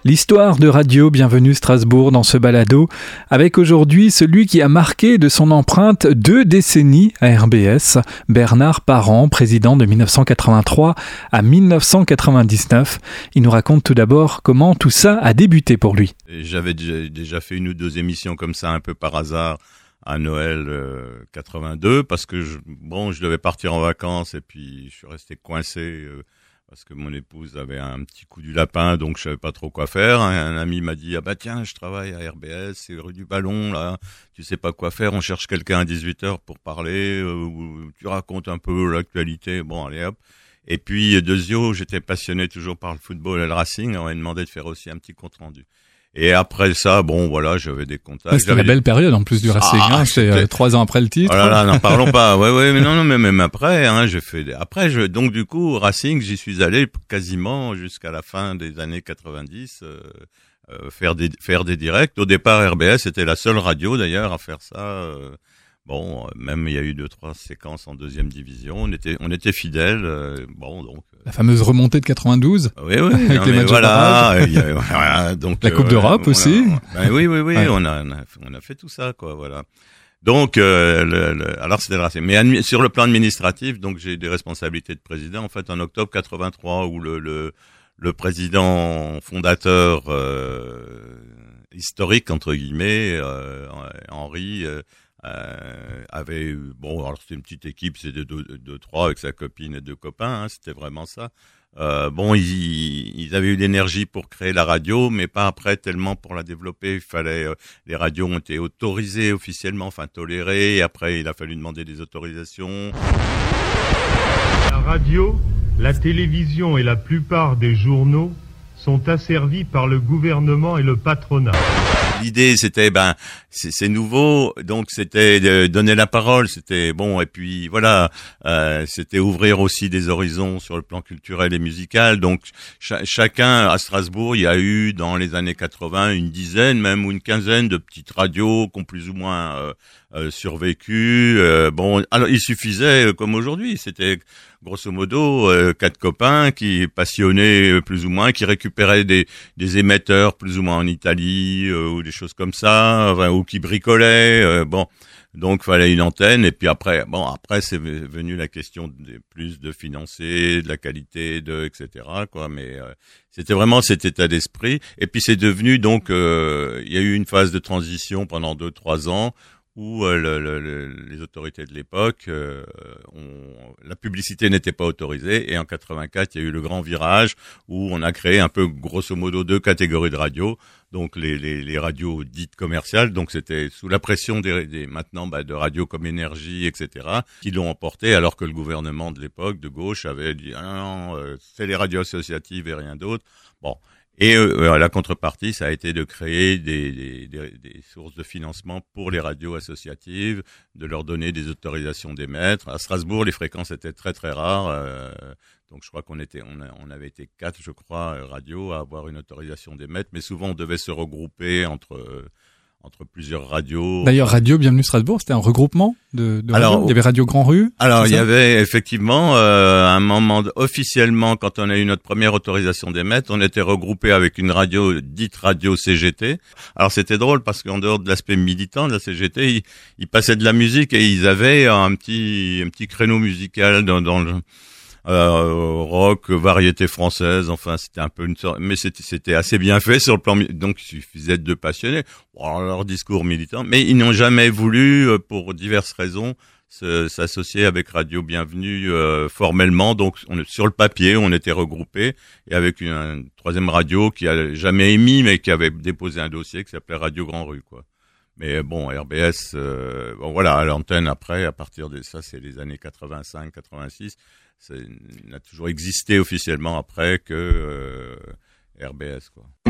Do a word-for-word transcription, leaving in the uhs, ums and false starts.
L'histoire de Radio Bienvenue Strasbourg dans ce balado, avec aujourd'hui celui qui a marqué de son empreinte deux décennies à R B S, Bernard Parent, président de dix-neuf cent quatre-vingt-trois à dix-neuf cent quatre-vingt-dix-neuf. Il nous raconte tout d'abord comment tout ça a débuté pour lui. Et j'avais déjà, déjà fait une ou deux émissions comme ça un peu par hasard à Noël euh, quatre-vingt-deux parce que je, bon, je devais partir en vacances et puis je suis resté coincé euh, parce que mon épouse avait un petit coup du lapin, donc je savais pas trop quoi faire. Un, un ami m'a dit ah bah tiens, je travaille à R B S, c'est rue du Ballon là, tu sais pas quoi faire, on cherche quelqu'un à dix-huit heures pour parler, euh, ou tu racontes un peu l'actualité. Bon allez hop. Et puis Dezio, j'étais passionné toujours par le football et le Racing, on m'a demandé de faire aussi un petit compte rendu. Et après ça, bon, voilà, j'avais des contacts. C'était la belle des... période, en plus du Racing, ah, hein, c'est euh, trois ans après le titre. Oh là là, n'en parlons pas. Ouais, ouais, mais non, non, mais même après, hein, j'ai fait des... après, je, donc, du coup, Racing, j'y suis allé quasiment jusqu'à la fin des années quatre-vingt-dix, euh, euh, faire des, faire des directs. Au départ, R B S était la seule radio, d'ailleurs, à faire ça, euh, bon, même il y a eu deux, trois séquences en deuxième division. On était, on était fidèles, euh, bon, donc. La fameuse remontée de quatre-vingt-douze. Oui, oui. Avec non, les matchs voilà, il y a, voilà, donc. La Coupe euh, d'Europe on a, aussi. On a, ben oui, oui, oui, ouais. on a, on a, on a fait tout ça, quoi, voilà. Donc, euh, le, le, alors c'était le Racing. Mais admi- sur le plan administratif, donc j'ai des responsabilités de président. En fait, en octobre quatre-vingt-trois, où le, le, le président fondateur, euh, historique, entre guillemets, euh, Henri, euh, Euh, avait bon alors c'était une petite équipe, c'était deux, deux, deux trois avec sa copine et deux copains, hein, c'était vraiment ça. Euh, bon ils, ils avaient eu l'énergie pour créer la radio, mais pas après tellement pour la développer. Il fallait euh, les radios ont été autorisées officiellement, enfin tolérées, et après il a fallu demander des autorisations. La radio, la télévision et la plupart des journaux sont asservis par le gouvernement et le patronat. L'idée, c'était, ben, c'est, c'est nouveau, donc c'était de donner la parole, c'était bon, et puis voilà, euh, c'était ouvrir aussi des horizons sur le plan culturel et musical. Donc ch- chacun à Strasbourg, il y a eu dans les années quatre-vingts une dizaine, même ou une quinzaine de petites radios qui ont plus ou moins euh, euh, survécu. Euh, bon, alors il suffisait, euh, comme aujourd'hui, c'était grosso modo euh, quatre copains qui passionnaient euh, plus ou moins, qui récupéraient des, des émetteurs plus ou moins en Italie euh, ou des choses comme ça, enfin, ou qui bricolaient. Euh, bon, donc fallait une antenne. Et puis après, bon, après c'est venu la question de plus de financer, de la qualité, de et cetera. Quoi, mais euh, c'était vraiment cet état d'esprit. Et puis c'est devenu donc, euh, il y a eu une phase de transition pendant deux trois ans, où euh, le, le, le, les autorités de l'époque, euh, ont, la publicité n'était pas autorisée, et en quatre-vingt-quatre, il y a eu le grand virage où on a créé un peu grosso modo deux catégories de radios, donc les, les, les radios dites commerciales, donc c'était sous la pression des, des maintenant bah, de radios comme Énergie, et cetera, qui l'ont emporté, alors que le gouvernement de l'époque, de gauche, avait dit ah non, euh, c'est les radios associatives et rien d'autre. Bon. Et euh, la contrepartie, ça a été de créer des, des, des, des sources de financement pour les radios associatives, de leur donner des autorisations d'émettre. À Strasbourg, les fréquences étaient très très rares, euh, donc je crois qu'on était, on, a, on avait été quatre, je crois, radios à avoir une autorisation d'émettre, mais souvent on devait se regrouper entre euh, entre plusieurs radios. D'ailleurs, Radio Bienvenue Strasbourg, c'était un regroupement de, de alors, radios. Il y avait Radio Grand Rue. Alors, il y avait effectivement euh, un moment de, officiellement, quand on a eu notre première autorisation d'émettre, on était regroupé avec une radio dite radio C G T. Alors, c'était drôle parce qu'en dehors de l'aspect militant de la C G T, ils, ils passaient de la musique et ils avaient un petit un petit créneau musical dans, dans le Euh, rock, variété française, enfin c'était un peu une sorte, mais c'était, c'était assez bien fait sur le plan, donc il suffisait de deux passionnés, bon, leur discours militant, mais ils n'ont jamais voulu, pour diverses raisons, se, s'associer avec Radio Bienvenue euh, formellement, donc on, sur le papier on était regroupés, et avec une, une troisième radio qui a jamais émis, mais qui avait déposé un dossier qui s'appelait Radio Grand Rue, quoi. Mais bon, R B S, euh, bon voilà, à l'antenne après, à partir de ça, c'est les années quatre-vingt-cinq, quatre-vingt-six, ça n'a toujours existé officiellement après que euh, R B S, quoi.